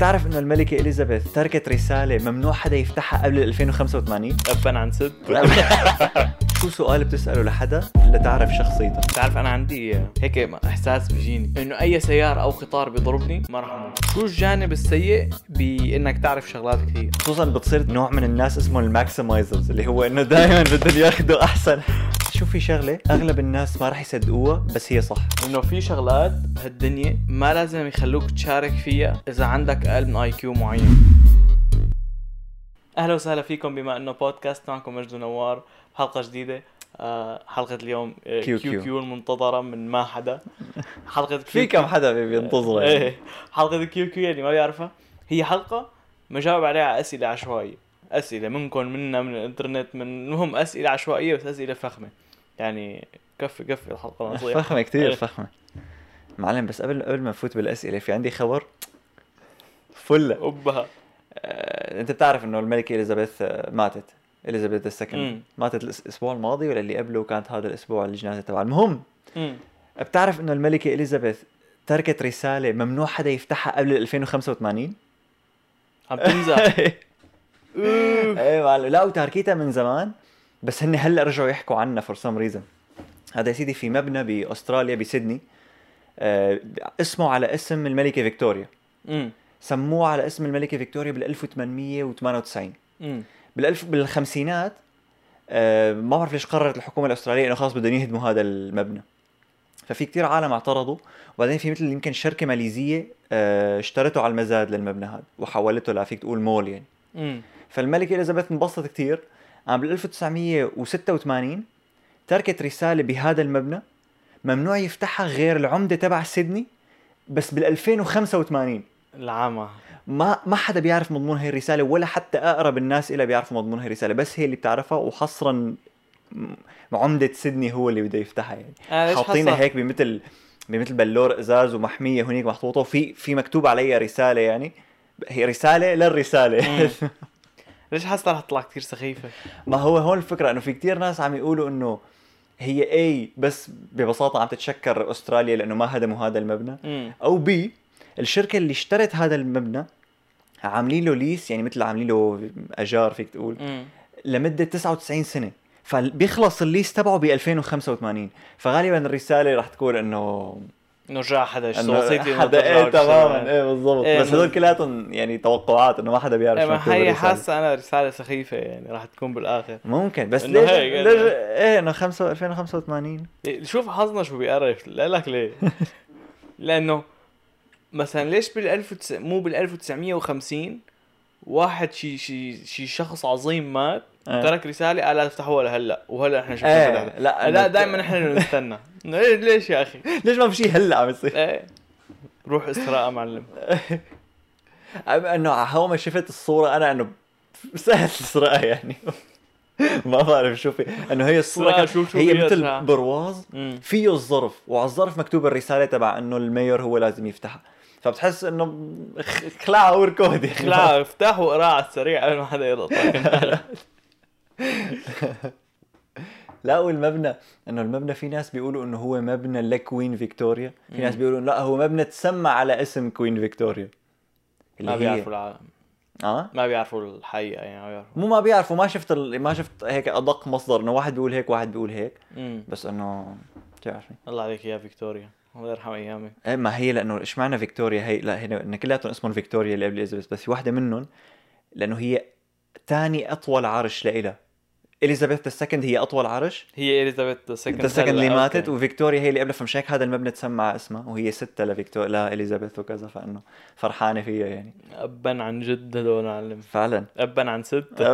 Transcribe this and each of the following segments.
بتعرف انه الملكة إليزابيث تركت رسالة ممنوع حدا يفتحها قبل 2085؟ أبا عن ست. شو سؤال بتسأله لحدا لتعرف شخصيته؟ تعرف أنا عندي هيك إحساس بيجيني إنه أي سيارة أو قطار بيضربني ما رح أموت. شو الجانب السيء بإنك تعرف شغلات كثير؟ خصوصا بتصير نوع من الناس اسمه الماكسمايزرز اللي هو انه دائما بدهم ياخذوا احسن. شو في شغله اغلب الناس ما راح يصدقوها بس هي صح، إنه في شغلات هالدنيا ما لازم يخلوك تشارك فيها إذا عندك أقل من IQ معين. أهلا وسهلا فيكم بما إنه بودكاست معكم مجد ونوار حلقة جديدة. حلقة اليوم كيو المنتظرة من ما حدا. حلقة في كم حدا بينتظرها يعني. ايه حلقة كيو يعني ما بيعرفها. هي حلقة مجاوب عليها أسئلة عشوائية، أسئلة منكم منا من الإنترنت، منهم أسئلة عشوائية بس أسئلة فخمة يعني. كفي الحلقة نصيحة فخمة كتير فخمة معلم. بس قبل ما نفوت بالأسئلة في عندي خبر فلة أبها. انت بتعرف انه الملكة إليزابيث ماتت، إليزابيث السكند ماتت الأسبوع الماضي ولا اللي قبله، كانت هذا الأسبوع الجنازة تبعها. المهم بتعرف انه الملكة إليزابيث تركت رسالة ممنوع حدا يفتحها قبل 2085؟ عم تمزح. ايه معلم، لا وتاركيتها من زمان بس هن هلا رجعوا يحكوا عنها for some reason. هذا يا سيدي في مبنى بأستراليا بسيدني اسمه على اسم الملكة فيكتوريا. سموه على اسم الملكة فيكتوريا بال 1898. بالخمسينات ما بعرف ليش قررت الحكومة الأسترالية إنه خلاص بدهم يهدموا هذا المبنى، ففي كتير عالم اعترضوا، وبعدين في مثل يمكن شركة ماليزية اشترته على المزاد للمبنى هذا وحولته لفيك تقول مول يعني. فالملكة إليزابيث انبسطت كتير. بال 1986 تركت رسالة بهذا المبنى ممنوع يفتحها غير العمدة تبع سيدني، بس بال 2085 العامة ما حدا بيعرف مضمون هاي الرسالة، ولا حتى أقرب الناس إلها بيعرفوا مضمون هاي الرسالة، بس هي اللي بتعرفها، وحصرا عمدة سيدني هو اللي بده يفتحها يعني. حاطينها هيك بمثل بلور ازاز ومحمية هنيك محطوطة، وفي مكتوب عليها رسالة، يعني هي رسالة للرسالة. ليش حاسة رح تطلع كتير سخيفة؟ ما هو هون الفكرة انه في كتير ناس عم يقولوا انه هي A بس ببساطة عم تتشكر أستراليا لأنه ما هدموا هذا المبنى، أو B الشركة اللي اشترت هذا المبنى عاملين له ليس، يعني مثل عاملين له أجار فيك تقول لمدة 99 سنة، فبيخلص الليس تبعه ب 2085. فغالبا الرسالة رح تكون انه جاء حدا وصيتي حدا ايه تماما ايه بالضبط. بس هذول كلاتهم يعني توقعات انه ما حدا بيعرف شو مكتوب بالرسالة. هي حاسة انا رسالة سخيفة يعني رح تكون بالاخر ممكن، بس ليش ايه انه 2085 شوف حظنا شو بيقرف. لا لك ليه؟ لانه مثلا ليش مو بال 1950 واحد شي شخص عظيم مات ترك رسالة قال لا تفتحوها لهلا، وهلا احنا شفنا لا دائما احنا نستنى. ليش يا اخي؟ ليش ما في شيء هلا عم يصير؟ روح اسراء معلم. انه هو ما شفت الصورة انا انه سهل تسرقها يعني. ما بعرف شو في انه هي الصورة هي مثل برواز فيه الظرف، وعلى الظرف مكتوب الرسالة تبع انه الميور هو لازم يفتحها، فبتحس انه خلع وركودي خلع افتح وقراء على السريع قبل ما حدا يضغط. لا والمبنى انه المبنى في ناس بيقولوا انه هو مبنى لكوين فيكتوريا، في ناس بيقولوا لا هو مبنى تسمى على اسم كوين فيكتوريا. ما بيعرفوا العالم ما بيعرفوا الحقيقة يعني. ما بيعرفوا ما شفت هيك ادق مصدر انه واحد بيقول هيك واحد بيقول هيك. بس انه تعرفني الله عليك يا فيكتوريا، الله يرحم ايامك. ايه ما هي لانه ايش معنى فيكتوريا هي؟ لا هنا كلاتهم اسمهم فيكتوريا اللي قبل إليزابيث، بس في واحدة منهم لانه هي تاني اطول عرش لإلها. إليزابيث السكند هي اطول عرش، هي إليزابيث السكند اللي ماتت، وفيكتوريا هي اللي قبلها، فمش هيك هذا المبنى تسمى على اسمها، وهي ستة لا إليزابيث وكذا، فانه فرحانة فيها يعني. ابا عن جد هدول معلم فعلا. ابا عن ستة.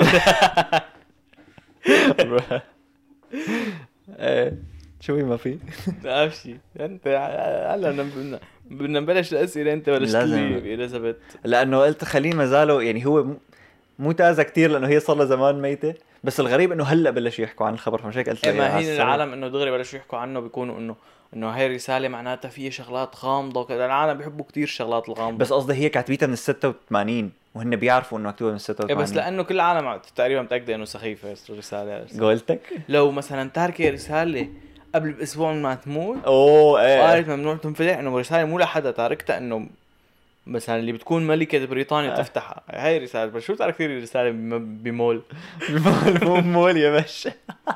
شو ما في أبشي انت هلا بدنا نبلش الاسئله. انت بلشت لي بإليزابيث لانه قلت خليه مازالوا يعني هو مو تازه كتير لانه هي صار لها زمان ميته، بس الغريب انه هلا بلشوا يحكوا عن الخبر، فمش هيك قلت له ما هي العالم انه دغري بلشوا يحكوا عنه بيكونوا انه هاي الرساله معناتها فيها شغلات غامضه وكذا. العالم بيحبوا كتير شغلات الغامضه، بس قصدي هي كاتبيتها من 86 وهن بيعرفوا انه مكتوبه من 86. بس لانه كل العالم تقريبا متاكده انه سخيفه الرساله. قلتك لو مثلا تاركه رساله قبل باسبوع ما تموت ايه قالت ممنوع تنفتح، انه رساله مو لحدا تاركتها، انه مثلا اللي بتكون ملكة بريطانيا تفتحها، هاي رسالة. بس شو بتعرف كثير رسالة بمول مو مول يا باشا.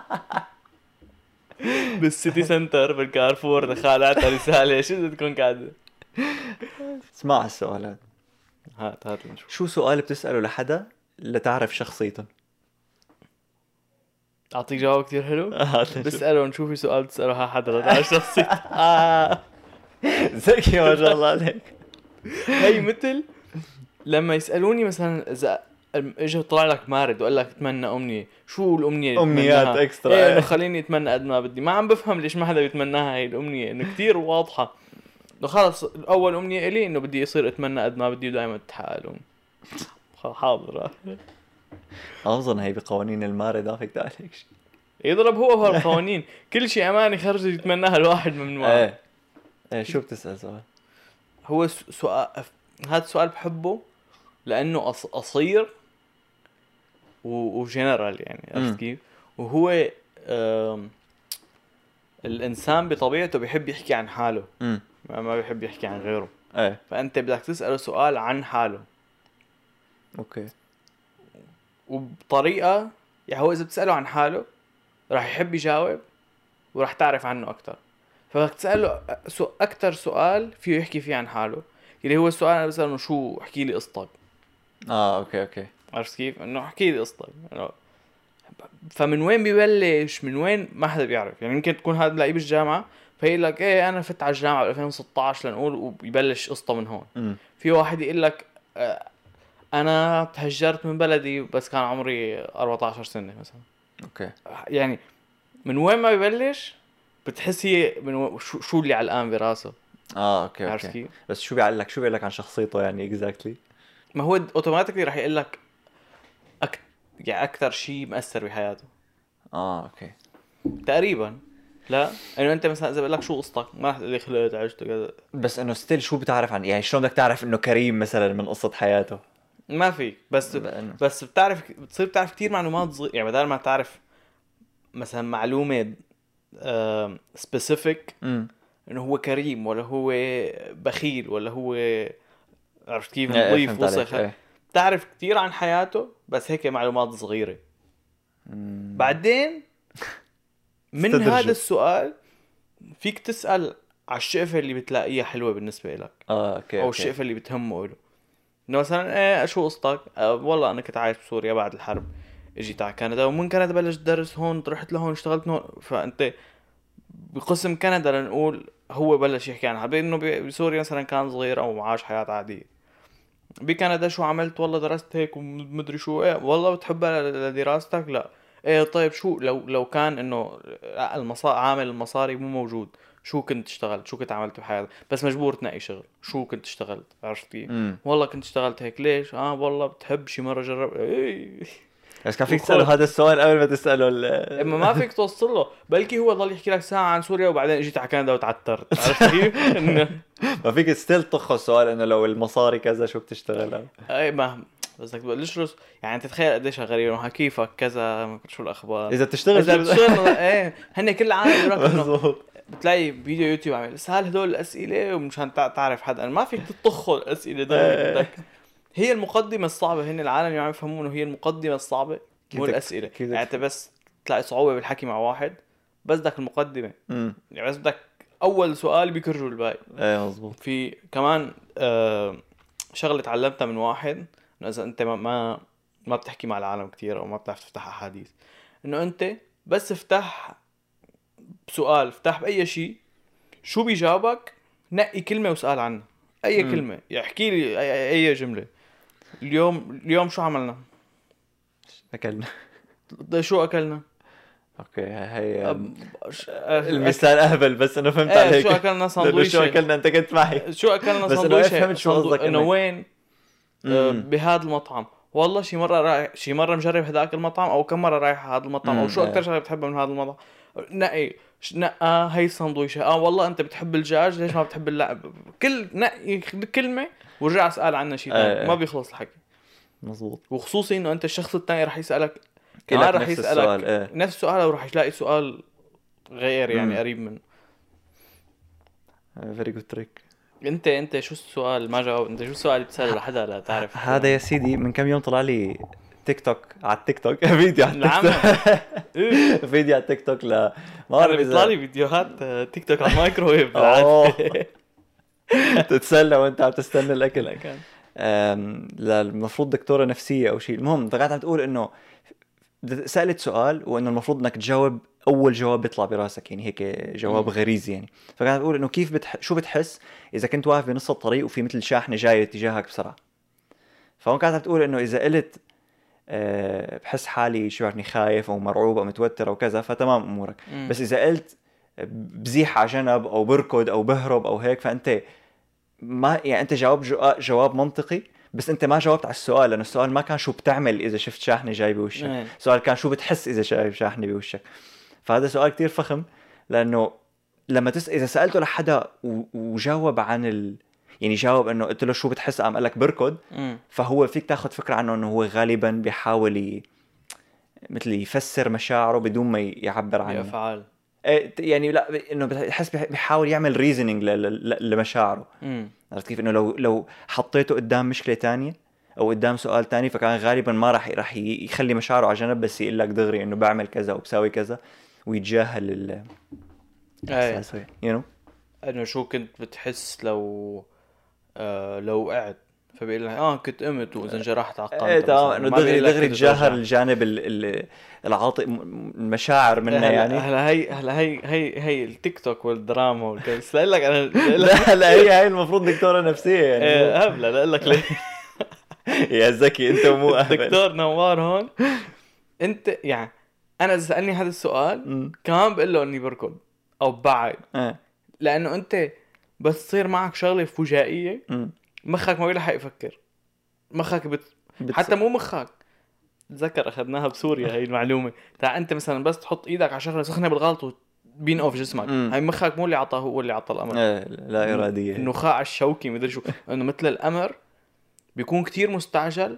بالسيتي سنتر بالكارفور دخلت رسالة شو بدها تكون قاعدة. اسمع السؤال هذا. هات لنشوف. شو سؤال بتسأله لحدا لتعرف شخصيته؟ أعطيك جواب كتير حلو. هات لنشوف. بسأله نشوف سؤال بتسأله ها حدا لتعرف شخصيته. ذكي ما شاء الله عليك. هي مثل لما يسألوني مثلا إذا اجى طلع لك مارد وقال لك اتمنى أمنية، شو الأمنية؟ أمنيات إكسترا. إيه خليني اتمنى قد ما بدي. ما عم بفهم ليش ما حدا بيتمناها هاي الأمنية، إنه كتير واضحة. إنه خلص أول أمنية إلي إنه بدي يصير اتمنى قد ما بدي ودائما تتحقق الأمنية. حاضر. أظن هي بقوانين المارد ما فيك تعمل هيك شيء. يضرب هو القوانين. كل شيء أماني خرج يتمناها الواحد ممنوع. ايه شو بتسأل سؤال؟ هو سؤال، هذا السؤال بحبه لأنه قصير وجنرال يعني. عرفت كيف؟ وهو الإنسان بطبيعته بيحب يحكي عن حاله، ما بيحب يحكي عن غيره. ايه فأنت بدك تسأله سؤال عن حاله. اوكي. وبطريقة يعني هو إذا بتسأله عن حاله راح يحب يجاوب وراح تعرف عنه أكتر. فبدك تسأله أكتر سؤال فيه يحكي فيه عن حاله، اللي هو السؤال أنا بسأله شو احكي لي قصتك. اوكي. عرفت كيف؟ إنه احكي لي قصتك. فمن وين بيبلش من وين ما حدا بيعرف. يعني يمكن تكون هذا بلاقيه بالجامعة فيقول لك ايه انا فت على الجامعة 2016 لنقول ويبلش قصته من هون. في واحد يقول لك انا تهجرت من بلدي بس كان عمري 14 سنة مثلا. اوكي. يعني من وين ما بيبلش بتحس هي من شو اللي علقان براسه. اوكي. عرفت كيف؟ بس شو بيقول لك عن شخصيته يعني اكزاكتلي؟ ما هو اوتوماتيكلي راح يقول لك يعني اكثر شيء مأثر بحياته. اوكي تقريبا. لا انه انت مثلا اذا بقول لك شو قصتك ما راح تقول لي خلقت عشت كذا. بس انه ستيل شو بتعرف عن يعني شلون بدك تعرف انه كريم مثلا من قصة حياته؟ ما في بس بتصير بتعرف كتير معلومات يعني بدل ما تعرف مثلا معلومة سبيسيفيك انه هو كريم ولا هو بخيل ولا هو عرفت كيف نظيف وسخ. تعرف كتير عن حياته بس هيك معلومات صغيرة. بعدين من هذا السؤال فيك تسأل على الشقفة اللي بتلاقيها حلوة بالنسبة لك. اوكي. او الشقفة اللي بتهمه له. انه مثلا ايه شو قصتك؟ والله انا كنت عايش بسوريا بعد الحرب اجيت على كندا ومن كندا بلشت درس هون رحت لهون اشتغلت هون. فانت بقسم كندا لنقول هو بلش يحكي عن حرب انه بسوريا مثلا كان صغير او معاش حياة عادية. بكندا شو عملت؟ والله درست هيك ومدري شو. ايه والله بتحبها لدراستك؟ لا. ايه طيب شو لو كان انه عامل المصاري مو موجود شو كنت اشتغلت؟ شو كنت عملت بحياتك؟ بس مجبور تنقي شغل شو كنت اشتغلت؟ عرفت كيف؟ والله كنت اشتغلت هيك. ليش؟ والله بتحب شي مرة جرب. ايه بس كان فيك تسأله هذا السؤال قبل ما تسأله اما ما فيك توصل له. بلكي هو ضل يحكي لك ساعة عن سوريا وبعدين اجيت على كندا وتعترت. عرفت كيف؟ ما فيك ستيل طخه السؤال انه لو المصاري كذا شو بتشتغل؟ اي ما بس بدك تبلش يعني تتخيل قديش غريب كيفك كذا شو الاخبار اذا بتشتغل ايه هن كل عالم يقولك بتلاقي فيديو يوتيوب عامل سهل هدول الاسئله ومشان تعرف حدا ما فيك تطخوا الاسئله دول. هي المقدمه الصعبه. هن العالم يعني يفهمون انه هي المقدمه الصعبه مو الاسئله. يعني انت بس تلاقي صعوبه بالحكي مع واحد بس بدك المقدمه. يعني بس بدك اول سؤال بيكرجوا الباقي. ايه مزبوط. في كمان شغله تعلمتها من واحد انه اذا انت ما بتحكي مع العالم كتير او ما بتعرف تفتح احاديث انه انت بس افتح بسؤال افتح باي شيء شو بيجاوبك نقي كلمه وسأل عنها. اي كلمه يحكي لي اي جمله. اليوم شو عملنا؟ اكلنا. شو اكلنا؟ اوكي هي المثال اهبل بس انا فهمت عليك. شو اكلنا؟ ساندويشه. شو اكلنا؟ انت كنت معي. شو اكلنا؟ بس انا فهمت شو قصدك انه وين بهذا المطعم. والله شي مرة مجرب هذاك المطعم او كم مرة رايح هذا المطعم او شو اكثر شغله بتحبها من هذا المطعم. نقي هي السندويشه. والله انت بتحب الدجاج ليش ما بتحب اللحم؟ كل نقي كلمه ورجع اسال عنها شيء ثاني. ما بيخلص الحكي. مزبوط. وخصوصي انه انت الشخص الثاني رح يسالك كمان رح يسالك نفس السؤال ورح يلاقي سؤال غير يعني قريب منه. very good trick. انت شو السؤال ما جاوب؟ انت شو السؤال اللي بتساله لحدا لا تعرف؟ هذا يا سيدي من كم يوم طلع لي تيك توك على التيك توك فيديو على التيك العمى. توك فيديو على التيك توك لا ما انا بعرف بيطلع لي فيديوهات تيك توك على المايكروويف بالعاده. تتسلى وانت عم تستنى الاكل. لا كان المفروض دكتوره نفسيه او شيء. المهم قاعد عم تقول انه سالت سؤال وانه المفروض انك تجاوب اول جواب بيطلع براسك، يعني هيك جواب غريزي يعني. فقاعد تقول انه كيف شو بتحس اذا كنت واقف بنص الطريق وفي مثل شاحنه جايه تجاهك بسرعه. فهون قاعد تقول انه اذا قلت بحس حالي شو بعرفني خايف او مرعوب او متوتر او كذا فتمام امورك. بس اذا قلت بزيح على جنب او بركض او بهرب او هيك فانت ما يعني انت جواب منطقي بس انت ما جاوبت على السؤال، لانه السؤال ما كان شو بتعمل اذا شفت شاحنه جاي بوشك، السؤال كان شو بتحس اذا شايف شاحنه بوشك. فهذا سؤال كتير فخم، لانه لما اذا سالته لحدا وجاوب عن يعني جاوب انه قلت له شو بتحس قام قال لك بركض، فهو فيك تاخذ فكره عنه انه هو غالبا بيحاول مثل يفسر مشاعره بدون ما يعبر عنها بأفعال. يعني لا انه بحس بيحاول يعمل ريزنينج لمشاعره. عرفت كيف؟ انه لو حطيته قدام مشكله تانية او قدام سؤال تاني فكان غالبا ما راح يخلي مشاعره على جنب، بس يقول لك دغري انه بعمل كذا وبساوي كذا ويتجاهل الاحساس انه شو كنت بتحس لو لو وقعت، فبيقول لك كنت قمت واذا انجرحت عقمت. تمام انه دغري تجاهل الجانب العاطئ المشاعر منه يعني. هي التيك توك والدراما والكلام. لك انا لا هي المفروض دكتوره نفسيه يعني. هبله لا لك ليه. يا زكي انت مو اهبل. دكتور نوار هون. انت يعني انا اذا سالني هذا السؤال كمان بقول له اني بركض او بعد لانه انت بس تصير معك شغله فجائيه مخك ما بيلحق يفكر. مخك حتى مو مخك. تذكر اخذناها بسوريا هاي المعلومه تاع انت مثلا بس تحط ايدك على شغله سخنه بالغلط وبينقف جسمك. هاي مخك مو اللي عطاه، هو اللي عطى الامر. لا اراديه. النخاع الشوكي مدري شو انه مثل الامر بيكون كتير مستعجل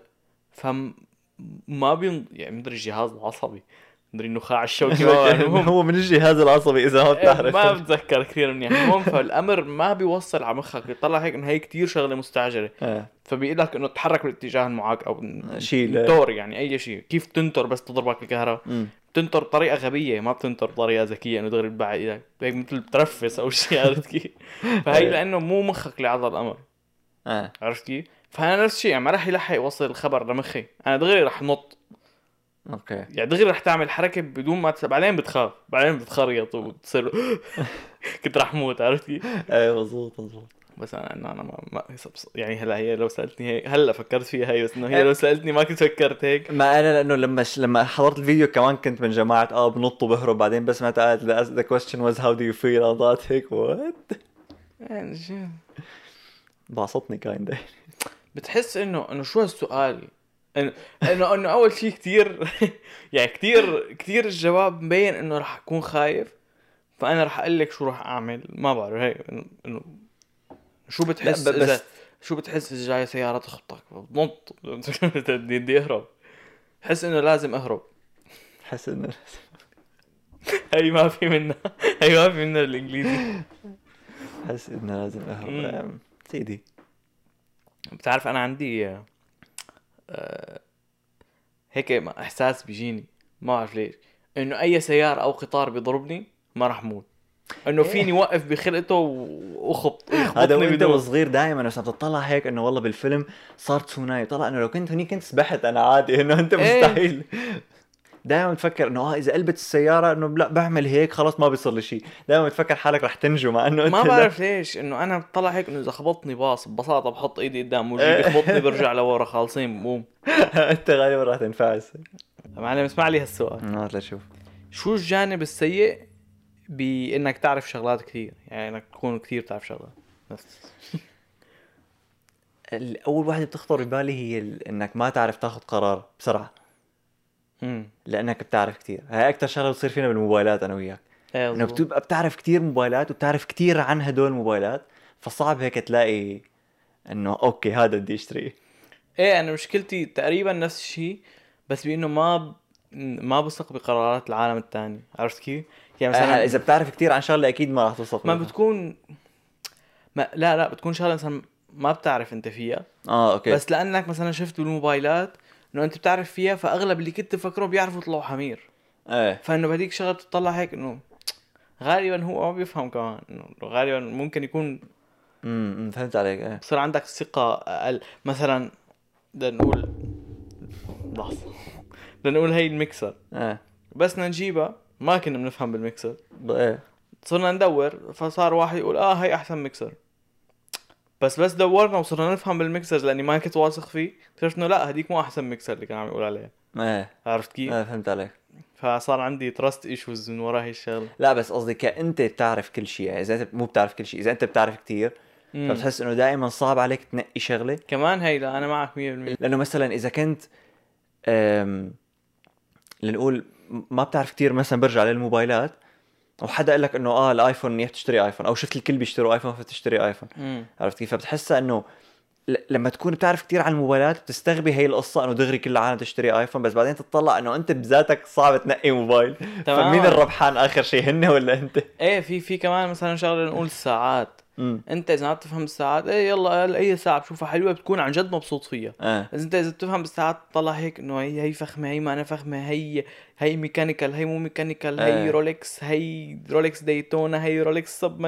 فما يعني مدري الجهاز العصبي مدري النخاع الشوكي هو من الجهاز العصبي اذا ما بتعرف. ما بتذكر كثير منيح. المهم فالامر ما بيوصل على مخك، بيطلع هيك انه هي كتير شغله مستعجله فبيقول لك انه تحرك بالاتجاه المعاك او تنطر يعني اي شيء. كيف تنطر بس تضربك الكهرباء؟ تنطر بطريقه غبيه ما بتنطر بطريقه ذكيه انه دغري تبعد ايدك هيك مثل بترفس او شيء. عرفت كيف؟ فهي لانه مو مخك اللي عطى الامر. عرفت كيف؟ فانا نفس الشيء يعني ما راح يلحق يوصل الخبر لمخي، انا دغري راح نط. اوكي يعني دغري رح تعمل حركه بدون ما بعدين بتخاف، بعدين بتخريط وتصير كنت رح موت. عرفت كيف؟ اي مظبوط. بس انا ما يعني هلا هي لو سالتني هيك هلا فكرت فيها هي، بس انه هي لو سالتني ما كنت فكرت هيك. ما انا لانه لما حضرت الفيديو كمان كنت من جماعه بنط وبهرب، بعدين بس ما قالت the question was how do you feel قطعت هيك what يعني بعصتني كايندا. بتحس انه شو هالسؤال انه اول شيء كتير يعني كتير الجواب مبين انه رح اكون خايف، فانا رح اقول لك شو رح اعمل. ما بعرف هيك انه شو بتحس اذا شو بتحس اذا جاي سياره تخبطك بنط بدي اهرب. حس انه لازم اهرب. حس انه هي ما في منها الانجليزي. حس انه لازم اهرب سيدي. بتعرف انا عندي هيك احساس بيجيني ما اعرف ليش انه اي سياره او قطار بيضربني ما راح موت، انه فيني وقف بخلقته وخبط. هذا وانت وصغير دائما بس بتطلع هيك انه والله بالفيلم صار تسونامي، طلع انه لو كنت هني كنت سبحت انا عادي، انه انت مستحيل. دائما تفكر انه اذا قلبت السياره انه لا بعمل هيك خلاص ما بيصير لي شيء، دائما تفكر حالك رح تنجو مع انه ما بعرف ليش انه انا بطلع هيك انه اذا خبطني باص ببساطه بحط ايدي قدام وجهي بخبطني برجع لورا خالصين بقوم. انت غالبا راح تنفعس. معلم اسمع لي هالسؤال. لا شوف شو الجانب السيء بانك تعرف شغلات كثير، يعني انك تكون كثير تعرف شغلات بس. اول واحده بتخطر ببالي هي انك ما تعرف تاخذ قرار بسرعه. لانك بتعرف كتير. هاي اكتر شغله بتصير فينا بالموبايلات انا وياك، انه بتبقى بتعرف كتير موبايلات وبتعرف كتير عن هدول الموبايلات، فصعب هيك تلاقي انه اوكي هذا بدي اشتريه. ايه انا مشكلتي تقريبا نفس الشيء، بس بانه ما بثق بقرارات العالم الثاني. عرفت كيف؟ يعني مثلا اذا بتعرف كتير عن شغله اكيد ما راح توثق. ما بتكون لا بتكون شغله مثلا ما بتعرف انت فيها، اوكي. بس لانك مثلا شفت بالموبايلات انه انت بتعرف فيها، فاغلب اللي كنت تفكره بيعرفوا يطلعوا حمير. ايه فانه بهديك شغله بتطلع هيك انه غالبا هو ما بيفهم كمان، انه غالبا ممكن يكون فهمت عليك. ايه بصير عندك ثقه اقل. مثلا بدنا نقول لحظه بدنا نقول هي الميكسر، ايه بس بدنا نجيبها ما كنا بنفهم بالميكسر، ايه صرنا ندور فصار واحد يقول هي احسن ميكسر. بس دورنا وصرنا نفهم بالميكسر لاني ما كنت واثق فيه، اكتشفت انه لا هديك مو احسن ميكسر اللي كان عم يقول عليها. ايه عرفت كيف؟ ايه فهمت عليك. فصار عندي تراست ايشوز من ورا هي الشغله. لا بس قصدي كأنت بتعرف كل شيء، يعني اذا انت مو بتعرف كل شيء، اذا انت بتعرف كتير فبتحس انه دائما صعب عليك تنقي شغله. كمان هي لا انا معك 100%. لانه مثلا اذا كنت لنقول ما بتعرف كتير، مثلا برجع للموبايلات وحدا قال لك انه الايفون منيح تشتري ايفون، او شفت الكل بيشتروا ايفون فتشتري ايفون. عرفت كيف؟ فبتحسها انه لما تكون بتعرف كتير عن الموبايلات بتستغبي هي القصه انه دغري كل العالم تشتري ايفون، بس بعدين تطلع انه انت بذاتك صعب تنقي موبايل. فمين الربحان اخر شيء، هن ولا انت؟ ايه في كمان مثلا شغله نقول الساعات. انت اذا ما بتفهم الساعات ايه يلا اي ساعه بتشوفها حلوه بتكون عن جد مبسوط فيها. بس انت اذا بتفهم بالساعات تطلع هيك انه هي فخمه، هي ما انا فخمه، هي ميكانيكال، هي مو ميكانيكال، هي رولكس، هي رولكس دايتونا، هي رولكس سب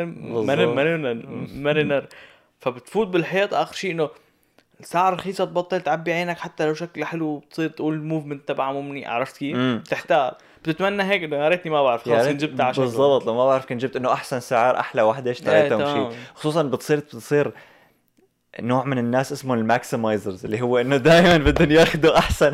مارينر. فبتفوت بالحيط اخر شيء انه الساعة رخيصة تبطل تعبي عينك حتى لو شكلها حلو، بتصير تقول الموفمنت تبعها مو منيح. عرفت كيف؟ بتحتار بتتمنى هيك انه يا ريتني ما بعرف، خلاص كنت جبتها عشان بالضبط. لو ما بعرف كنت جبت انه احسن سعر احلى وحده اشتريتها ومشيت. خصوصا بتصير نوع من الناس اسمه الماكسمايزرز، اللي هو انه دائما بدهم ياخذوا احسن.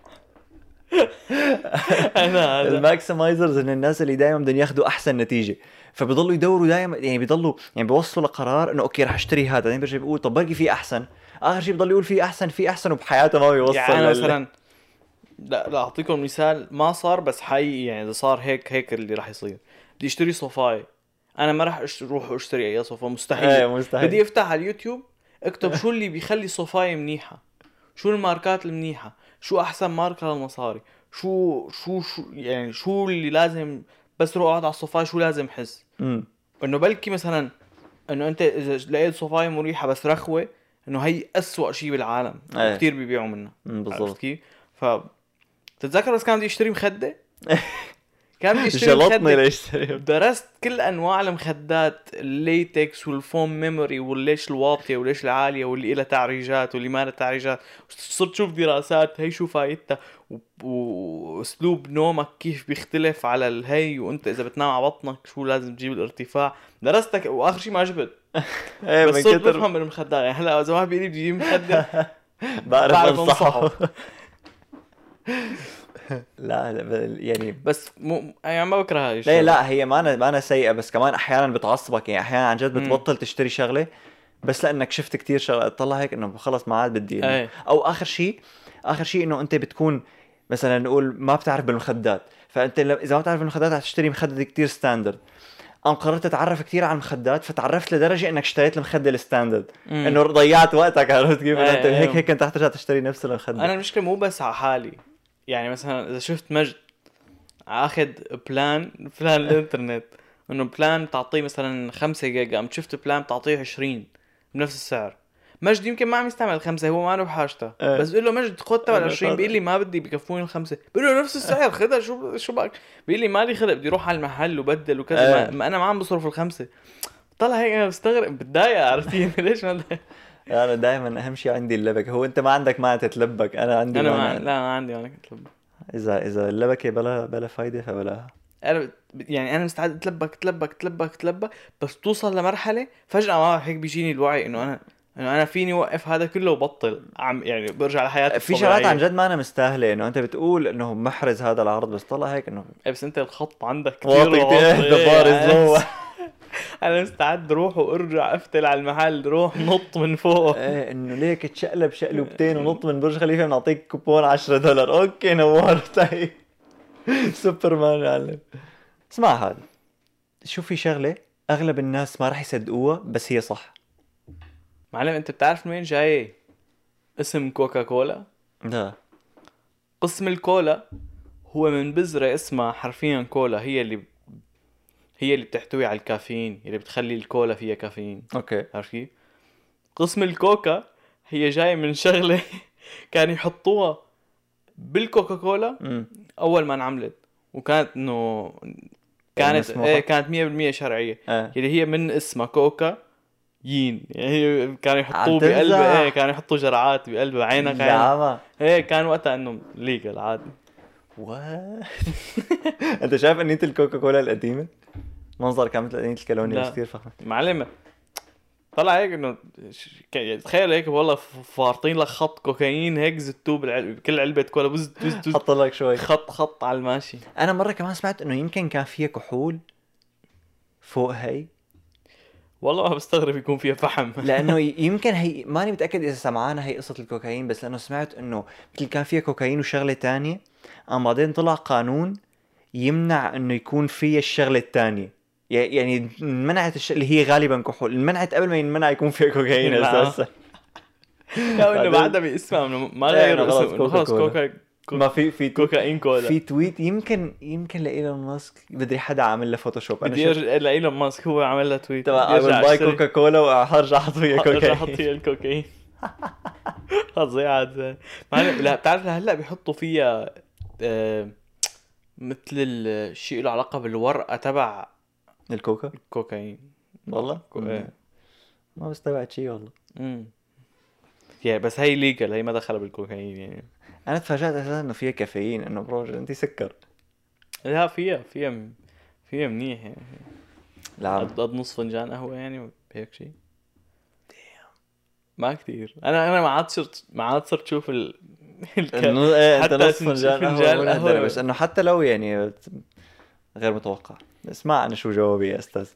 انا الماكسمايزرز ان الناس اللي دائما بدهم ياخذوا احسن نتيجه، فبيضلوا يدوروا دائما، يعني بيضلوا يعني بيوصلوا لقرار انه اوكي رح اشتري هذا، بعدين بيرجع بيقول طب باقي في احسن، اخر شيء بضل يقول في احسن وبحياته ما بيوصل. يعني أنا مثلا لا اعطيكم مثال ما صار بس حقيقي، يعني اذا صار هيك اللي راح يصير. بدي اشتري صوفاي، انا ما راح اروح اشتري اي صوفا، مستحيل. مستحيل. بدي افتح على اليوتيوب اكتب شو اللي بيخلي صوفاي منيحه، شو الماركات المنيحه، شو احسن ماركه للمصاري، شو يعني شو اللي لازم بس روح اقعد على الصوفاي شو لازم احس. انه بلكي مثلا انه انت اذا لقيت صوفاي مريحه بس رخوه انه هي اسوأ شيء بالعالم وكثير بيبيعوا منها. بالضبط. كيف؟ تتذكر بس كان بدي اشتري مخده كان بدي اشتري مخده، درست كل انواع المخدات، الليتكس والفوم ميموري وليش الواطيه وليش العاليه واللي لها تعريجات واللي ما لها تعريجات. صرت شوف دراسات هي شو فايدتها واسلوب نومك كيف بيختلف على الهي، وانت اذا بتنام على بطنك شو لازم تجيب الارتفاع. درستك واخر شيء ما جبت. بس صرت بفهم من المخدات. يعني هلا اذا واحد بيقول لي بدي اجيب مخده بعرف انصحه. لا يعني بس يعني ما بكره هاي الشغله. لا هي ما انا سيئه، بس كمان احيانا بتعصبك، يعني احيانا عن جد بتبطل تشتري شغله بس لانك شفت كتير شغله تطلع هيك انه خلص ما عاد بدي. او اخر شيء انه انت بتكون مثلا نقول ما بتعرف بالمخدات، فانت اذا ما بتعرف بالمخدات هتشتري مخده كتير ستاندرد. قررت تتعرف كتير عن المخدات فتعرفت لدرجه انك اشتريت المخده الستاندرد، انه ضيعت وقتك. عرفت كيف؟ انت هيك انت ترجع تشتري نفس المخده. انا المشكله مو بس على حالي، يعني مثلا اذا شفت مجد اخذ بلان الانترنت انه بلان تعطيه مثلا 5 جيجا، قمت شفت بلان تعطيه 20 بنفس السعر. مجد يمكن ما عم يستعمل 5، هو ما له بحاجته. بس بقول له مجد خذ تبع 20، بيقول لي ما بدي بكفوني ال5. بقول له نفس السعر خذها، شو بك؟ بيقول لي مالي خلق بدي اروح على المحل وبدل وكذا. ما انا ما عم بصرف ال5. طلع هيك انا بستغرب بتضايق. عرفتي ليش ما انا دائما اهم شيء عندي اللبكه. هو انت ما عندك ما تتلبك، انا عندي لا ما عندي انا تلبك. اذا اللبكه بلا فايده فبلاها. انا يعني انا مستعد اتلبك بس توصل لمرحله فجاه ما هيك بيجيني الوعي انه انا فيني اوقف هذا كله وبطل يعني برجع لحياتي في شغلات عن جد ما انا مستاهله. انه انت بتقول انه محرز هذا العرض بس طلع هيك انه بس انت الخط عندك كثير بارز. انا مستعد روح وارجع افتل على المحل، روح نط من فوق. انه ليك تشقلب شقلبتين ونط من برج خليفه بنعطيك كوبون $10. اوكي نورت. هي سوبرمان معلم. اسمع هذا، شو في شغله اغلب الناس ما راح يصدقوها بس هي صح. معلم انت بتعرف من وين جاي اسم كوكا كولا؟ لا. قسم الكولا هو من بذرة اسمها حرفيا كولا، هي اللي هي اللي بتحتوي على الكافيين، اللي بتخلي الكولا فيها كافيين. اوكي. عارف كيف؟ قسم الكوكا هي جاي من شغله كانوا يحطوها بالكوكا كولا اول ما انعملت، وكانت انه كانت كانت 100% شرعيه. اللي هي من اسمها كوكا يين، يعني هي كانوا يحطوه بقلب كانوا يحطوا جرعات بقلب عينك كان وقتها انه ليجل عادي. انت شايف انية الكوكا كولا القديمه منظر كانت انية الكالونيا بس كثير فخمه معلمه. طلع هيك انه تخيل هيك والله فارطين لك خط كوكايين هيك زتوه بكل علبه كولا بز حط لك شوي خط على الماشي. انا مره كمان سمعت انه يمكن كان فيها كحول فوق هي. والله ما بستغرب يكون فيها فحم لانه يمكن هي ماني متاكد اذا سمعانا هي قصه الكوكايين، بس لانه سمعت انه مثل كان فيها كوكايين وشغله تانية، بعدين طلع قانون يمنع انه يكون فيها الشغله الثانيه، يعني منعت اللي هي غالبا كحول، منعت قبل ما ينمنع يكون فيها كوكايين اساسا. لا انه بعدها باسمها ما غير اسم، خلص كوكا ما في كوكايين كولا. في تويت يمكن لايلون ماسك، بدري حدا عامل له فوتوشوب. انا بدي لايلون ماسك هو عامل له تويت تبع باي كوكا كولا وحرجع احط فيها كوكايين، احط فيها الكوكايين فظيعه. لا بتعرف هلا بيحطوا فيها مثل الشيء له علاقه بالورقه تبع الكوكايين. والله ما بستبعد شيء والله. يعني بس هي ليجل، هي ما دخلها بالكوكايين. يعني انا تفاجأت اساسا انه فيها كافيين، انه بروج انت سكر. لا فيها منيح يعني. لا قد نص فنجان قهوه يعني هيك شيء. ما كثير. انا ما عاد صرت اشوف حتى نص فنجان قهوه، بس انه حتى لو يعني غير متوقع. اسمع انا شو جوابي يا استاذ.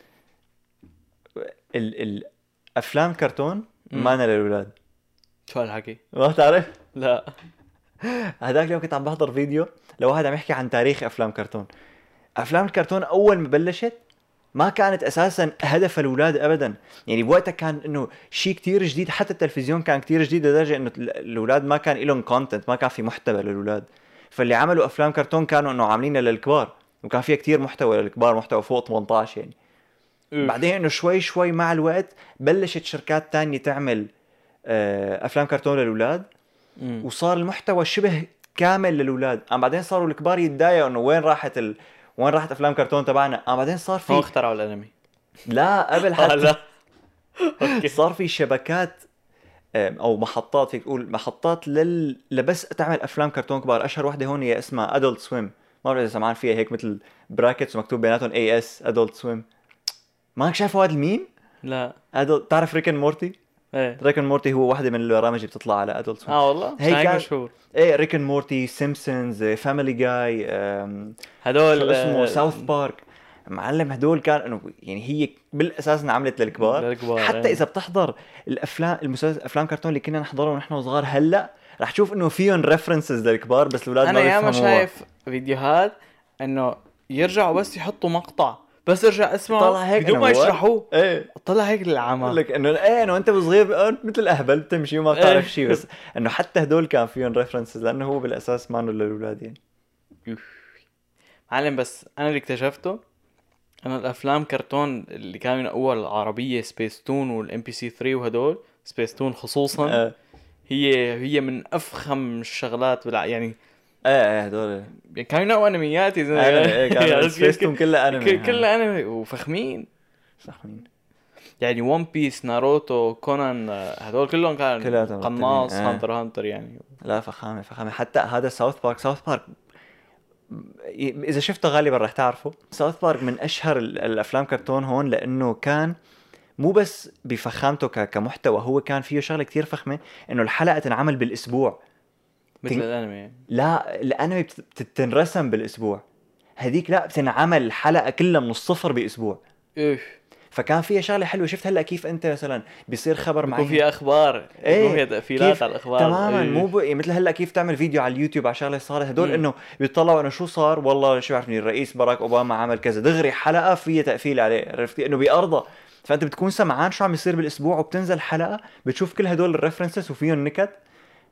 الافلام كرتون مانا للولاد. شو هالحكي؟ ما تعرف؟ لا. هذاك اليوم كنت عم بحضر فيديو لواحد عم يحكي عن تاريخ افلام كرتون. افلام الكرتون اول ما بلشت ما كانت اساسا هدف الاولاد ابدا، يعني بوقتها كان انه شيء كتير جديد، حتى التلفزيون كان كتير جديد لدرجه انه الاولاد ما كان لهم كونتنت، ما كان في محتوى للاولاد. فاللي عملوا افلام كرتون كانوا انه عاملينها للكبار، وكان فيها كتير محتوى للكبار، محتوى فوق 18 يعني. بعدين انه شوي مع الوقت بلشت شركات تانية تعمل افلام كرتون للاولاد، وصار المحتوى شبه كامل للاولاد. بعدين صاروا الكبار يتضايقوا انه وين راحت افلام كرتون تبعنا. بعدين صار في اخترعوا الانمي. لا قبل حتى صار في شبكات او محطات، فيك تقول محطات لبس تعمل افلام كرتون كبار. اشهر وحده هون هي اسمها ادلت سويم، ما بعرف اذا سمعان فيها، هيك مثل براكتس ومكتوب بيناتهم AS ادلت سويم. ماك شايفوا هذا الميم؟ لا. تعرف ريكن مورتي؟ ايه ريكن مورتي هو واحدة من البرامج اللي بتطلع على ادلت سويم. والله هيك مشهور. ايه ريكن مورتي، سيمبسونز، فاميلي جاي، هدول اسمه ساوث بارك. معلم هدول كان انه يعني هي بالاساس عملت للكبار. حتى اذا بتحضر افلام كرتون اللي كنا نحضرهم ونحن صغار هلا رح تشوف انه فيهم ريفرنسز للكبار، بس الاولاد ما بيفهموها. انا ياما شايف فيديوهات انه يرجعوا بس يحطوا مقطع بس ارجع اسمعه بدون ما يشرحوه. طلع هيك للعامة لك انه انه انت صغير مثل اهبل بتمشي وما بتعرف شيء، بس انه حتى هدول كان فيهم ريفرنسز لانه هو بالاساس ما انه للاولاد يعني. معلم بس انا اللي اكتشفته انا الافلام كرتون اللي كانوا اول العربيه سبيس تون والام بي سي 3 وهدول سبيس تون خصوصا هي من افخم الشغلات يعني هدول يعني كانوا نوع انميات يعني سبيس تون كلها انمي وفخمين يعني ون بيس ناروتو كونان هدول كلهم كانوا قناص هانتر يعني. لا فخامه حتى هذا ساوث بارك اذا شفته غالبا رح تعرفه. ساوث بارك من اشهر الافلام كرتون هون، لانه كان مو بس بفخامته كمحتوى، هو كان فيه شغله كتير فخمه انه الحلقه تنعمل بالاسبوع مثل الانمي. لا الانمي بتنرسم بالاسبوع، هديك لا بتنعمل الحلقه كلها من الصفر باسبوع. فكان فيها شغله حلوه. شفت هلا كيف انت مثلا بيصير خبر معين بيكون في اخبار فيها تقفيلات على الاخبار تماما. مو مثل هلا كيف تعمل فيديو على اليوتيوب على شغله صارت، هدول انه بيطلعوا انه شو صار، والله شو عرفني الرئيس باراك اوباما عمل كذا، دغري حلقه فيها تقفيل عليه، عرفتي انه بيأرضى. فانت بتكون سمعان شو عم يصير بالاسبوع وبتنزل حلقه بتشوف كل هدول الريفرنسز وفيهم نكت.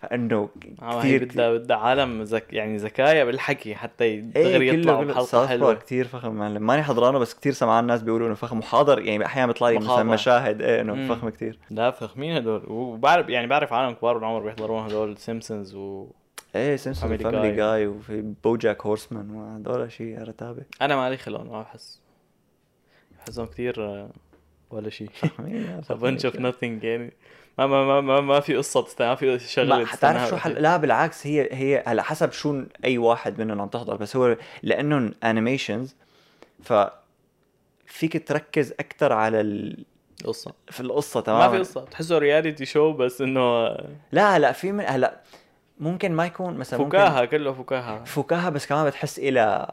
انه هي كثير بدها عالم يعني ذكايا بالحكي حتى دغري ايه يطلع كله بحلقه ساوث حلوه. بارك كثير فخم معلم. ماني حضرانه بس كثير سمعان الناس بيقولوا انه فخم وحاضر، يعني احيانا بيطلع لي مثلا مقاطع. مشاهد ايه انه فخم كثير. لا فخمين هدول. وبعرف يعني بعرف عالم كبار بالعمر بيحضرون هدول سيمبسونز ايه سيمسون وفاميلي جاي وفي بوجاك هورسمان وهدول شيء رتابه. انا مالي خلون ما بحسهم كثير ولا شيء. a bunch of nothing يعني. ما في قصة ما في شغلة ما حتعرف شو لا بالعكس، هي على حسب شو اي واحد منهم عم تحضر، بس هو لانهم انيميشنز ف فيك تركز اكثر على القصة. في القصة تماما. ما في قصة، تحسه رياليتي شو بس انه لا في من هلا ممكن ما يكون مثلا فكاهة، كله فكاهة بس كمان بتحس الى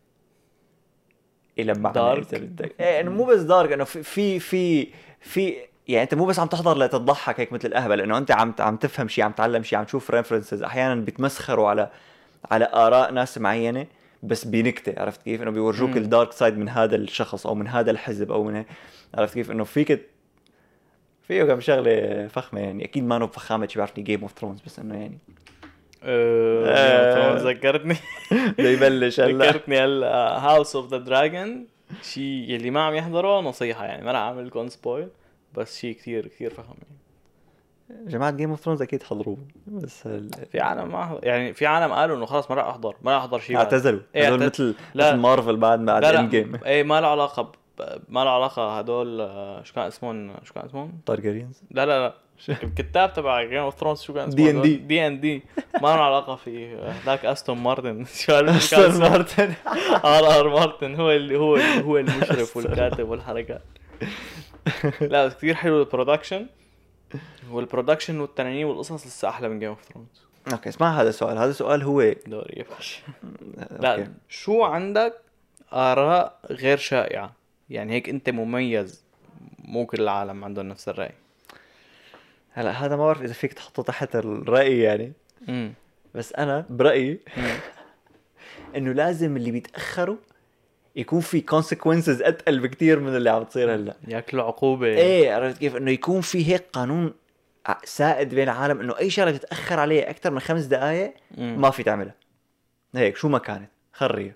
معنى دارك. ايه انه مو بس دارك، انه في يعني انت مو بس عم تحضر لتضحك هيك مثل الاهبل، لانه انت عم تفهم شيء، عم تعلم شيء، عم تشوف ريفرنسز. احيانا بيتمسخروا على اراء ناس معينه بس بنكته، عرفت كيف؟ انه بيورجوك الدارك سايد من هذا الشخص او من هذا الحزب او من هيك، عرفت كيف؟ انه فيه كم شغله فخمه يعني. اكيد ما بفخامه شي بيعرفني جيم اوف ثرونز، بس انه يعني ذكرتني بده يبلش هلا. ذكرتني هلا هاوس اوف ذا دراجون. شيء يلي ما عم يحضره نصيحة يعني، ما راح اعمل لكم سبويل، بس شيء كثير فخم يعني. جماعه جيم اوف ثرونز اكيد حضروه، بس في عالم ما يعني في عالم قالوا انه خلاص ما راح احضر شيء، اعتزلوا. هذول مثل مارفل بعد اند جيم. ايه ما له علاقة ما له علاقة. هدول شو كان اسمهم تارجريانز. لا الكتاب تبع جيم اوف ثرونز شو كان اسمه؟ دي ان دي. ما له علاقة في ذاك استون مارتن. شو استون مارتن ار مارتن هو اللي هو المشرف والكاتب والحركات. لا بس كثير حلو البرودكشن، والبرودكشن والتنانين والقصص لسه احلى من جيم اوف ثرونز. اوكي اسمع، هذا السؤال هو دوري يا باشا. لا شو عندك آراء غير شائعة يعني، هيك انت مميز مو كل العالم عندهم نفس الرأي؟ هلا هذا ما بعرف اذا فيك تحطه تحت الرأي يعني. بس انا برأيي انه لازم اللي بيتأخروا يكون في consequences اتقل بكتير من اللي عم تصير هلا، ياكلوا عقوبة. ايه عرفت كيف؟ انه يكون في هيك قانون سائد بين العالم، انه اي شغله تتأخر عليه اكثر من 5 دقائق ما في تعملها هيك شو ما كانت خريه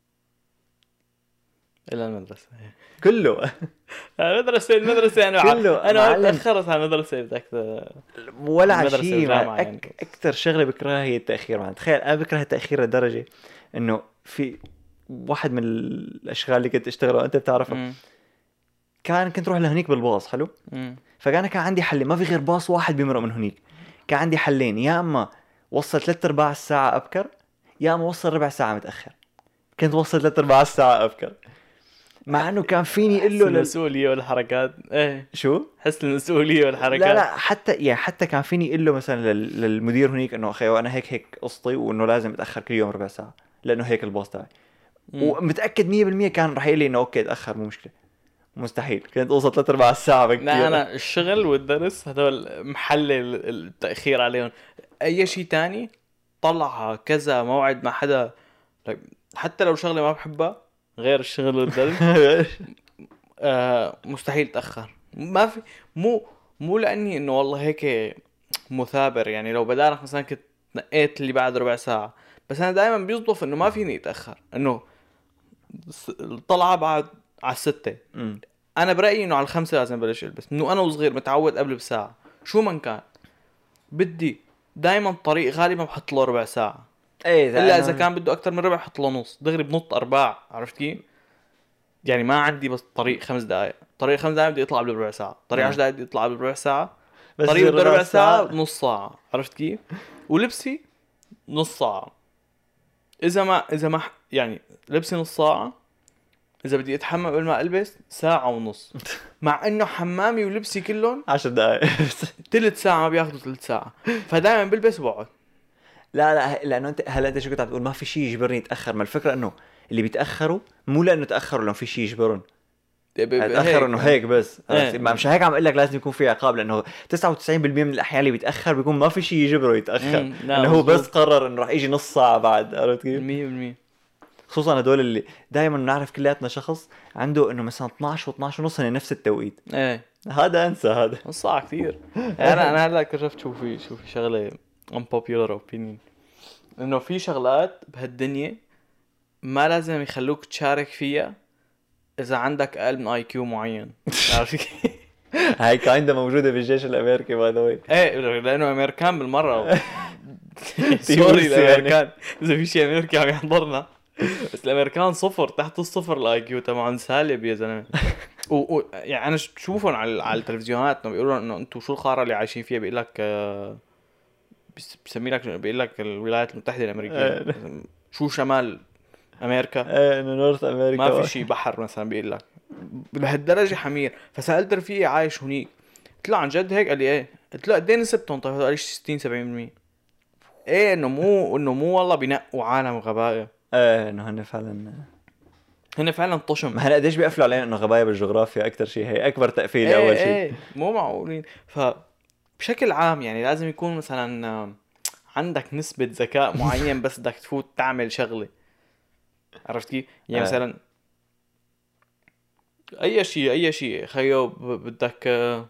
إلا المدرسة كله. المدرسة أنا تأخرت على المدرسة بدك ولا على شيء. يعني أكثر شغلة بكرهها هي التأخير. يعني تخيل أنا بكره التأخير لدرجة إنه في واحد من الأشغال اللي كنت أشتغله أنت بتعرفه، كنت روح لهنيك بالباص حلو. فكان عندي حل، ما في غير باص واحد بيمرق من هنيك. كان عندي حلين، يا أما وصل 3/4 الساعة أبكر، يا أما وصل ربع ساعة متأخر. كنت وصل 3/4 الساعة أبكر، مع انه كان فيني اقول له المسؤوليه والحركات. ايه شو حس المسؤوليه والحركات. لا حتى كان فيني اقول له مثلا للمدير هنيك انه اخي وانا هيك قصتي، وانه لازم اتاخر كل يوم ربع ساعه لانه هيك الباص تاعي. ومتاكد 100% كان رح يقول لي انه اوكي اتاخر مو مشكله. مستحيل كنت اوصل 3/4 الساعه بكتير. لا انا الشغل والدرس هذول محلل التاخير عليهم. اي شيء تاني طلع كذا موعد مع حدا، حتى لو شغله ما بحبها غير الشغل والدرس مستحيل تأخر. ما في مو لأني إنه والله هيك مثابر يعني. لو بدالك مثلا كنت نقيت اللي بعد ربع ساعة، بس أنا دائما بيصدف إنه ما فيني أتأخر. إنه الطلعة بعد على 6، أنا برأيي إنه على 5 لازم بلش ألبس. إنه أنا وصغير متعود قبل بساعة شو من كان بدي دائما طريق غالبا بحط له ربع ساعة. إلا إذا كان بده أكتر من ربع حط له نص. دغري بنط 4. عرفت كيف؟ يعني ما عندي بس طريق 5 دقائق. طريق 5 دقائق بدي يطلع بربع ساعة. طريق 10 دقائق بدي يطلع بربع ساعة. طريق بده ربع ساعة نص ساعة. عرفت كيف؟ ولبسي نص ساعة. إذا ما يعني لبسي نص ساعة. إذا بدي أتحمم قبل ما ألبس ساعة ونص. مع إنه حمامي ولبسي كلهم 10 دقائق. 3 ساعة ما بياخدوا 3 ساعة. فدائما بلبس وبقعد. لا لانه انت هلا انت شو كنت عم تقول؟ ما في شيء يجبرني اتاخر. ما الفكره انه اللي بيتاخروا مو لانه تاخروا لانه في شيء يجبرهم اتاخر انه هيك بس. مش هيك عم اقول لك لازم يكون في عقاب، لانه 99% من الاحيان اللي بيتاخر بيكون ما في شيء يجبره يتاخر، انه هو بس قرر انه راح يجي نص ساعه بعد. عرفت كيف؟ 100%. خصوصا هدول اللي دائما نعرف كلياتنا شخص عنده انه مثلا 12 و12 ونص هن نفس التوقيت. ايه هذا انسى، هذا صعب كثير. انا هلا كشفت شو في شغله unpopular opinion انه في شغلات بهالدنيا ما لازم يخلوك تشارك فيها اذا عندك اقل من اي كيو معين. عرفت كيف؟ هاي كايندا موجوده بالجيش الامريكي باي ذا واي. ايه لانه امريكان بالمره. سوري الامريكان اذا في شيء امريكي عم يحضرنا، بس الامريكان صفر تحت الصفر الاي كيو تبعهم سالب يا زلمه. يعني انا بشوفهم على التلفزيونات انه بيقولوا انه انتم شو القاره اللي عايشين فيها، بيقول لك بسمي لك بيقول لك الولايات المتحده الامريكيه، شو شمال امريكا، انه نورث امريكا ما في شيء بحر مثلا، بيقول لك بهالدرجه حمير. فسالت رفيقي عايش هنيك، قلت له عن جد هيك؟ قال لي ايه. قلت له قد ايه نسبتهم؟ طيب قال لي 60 70%. ايه انه مو والله بينقوا عالم غبايا. انه هن فعلا طشم. ما هلا قديش بيقفلوا علينا انه غبايا بالجغرافيا اكثر شيء، هي اكبر تقفيل ايه اول شيء. ايه مو معقولين. فبشكل عام يعني لازم يكون مثلا عندك نسبة ذكاء معين بس بدك تفوت تعمل شغلة. عرفت كيف؟ يعني مثلا اي شيء خيو بدك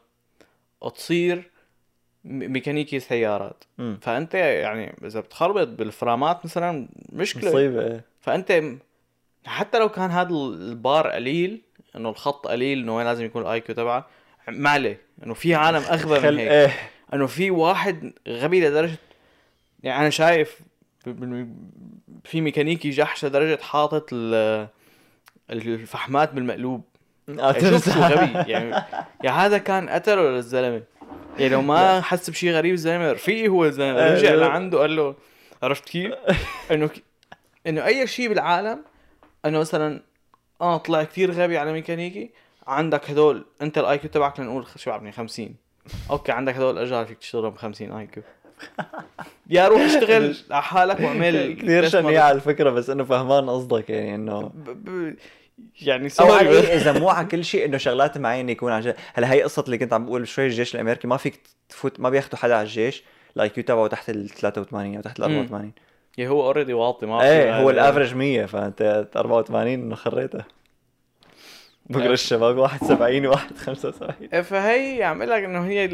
تصير ميكانيكي سيارات. فانت يعني اذا بتخربط بالفرامات مثلا مشكلة مصيبة. فانت حتى لو كان هذا البار قليل، انه الخط قليل، انه لازم يكون الاي كيو تبعه ما عليه، انه في عالم اغبى من هيك. انه في واحد غبي لدرجة، يعني انا شايف في ميكانيكي جحش لدرجة حاطط الفحمات بالمقلوب. يعني شوف شو غبي يعني. يا هذا كان قتله للزلمة. يعني لو ما حس بشي غريب الزلمة، رفيقي هو الزلمة رجع لعنده قال له عرفت كيف؟ انه اي شيء بالعالم، انه مثلا طلع كثير غبي على ميكانيكي، عندك هدول انت الاي كيو تبعك لنقول شو عبني 50، اوكي عندك هدول الاجار فيك تشتغلهم ب 50 اي كيو. يا روح اشتغل على حالك واعمل كثير شنيع على الفكره، بس انه فهمان قصدك يعني انه يعني سوري اذا مو على كل شيء انه شغلات معينه يكون عن جد. هلا هي قصه اللي كنت عم بقول شوي، الجيش الامريكي ما فيك تفوت، ما بياخذوا حدا على الجيش الاي كيو تبعه تحت ال 83 او تحت ال 84. يا هو اوريدي واطي ما ايه هو الافرج 100، فانت 84 انه خريته بقرا الشباب 71 وواحد 75. فهي يعمل لك انه هي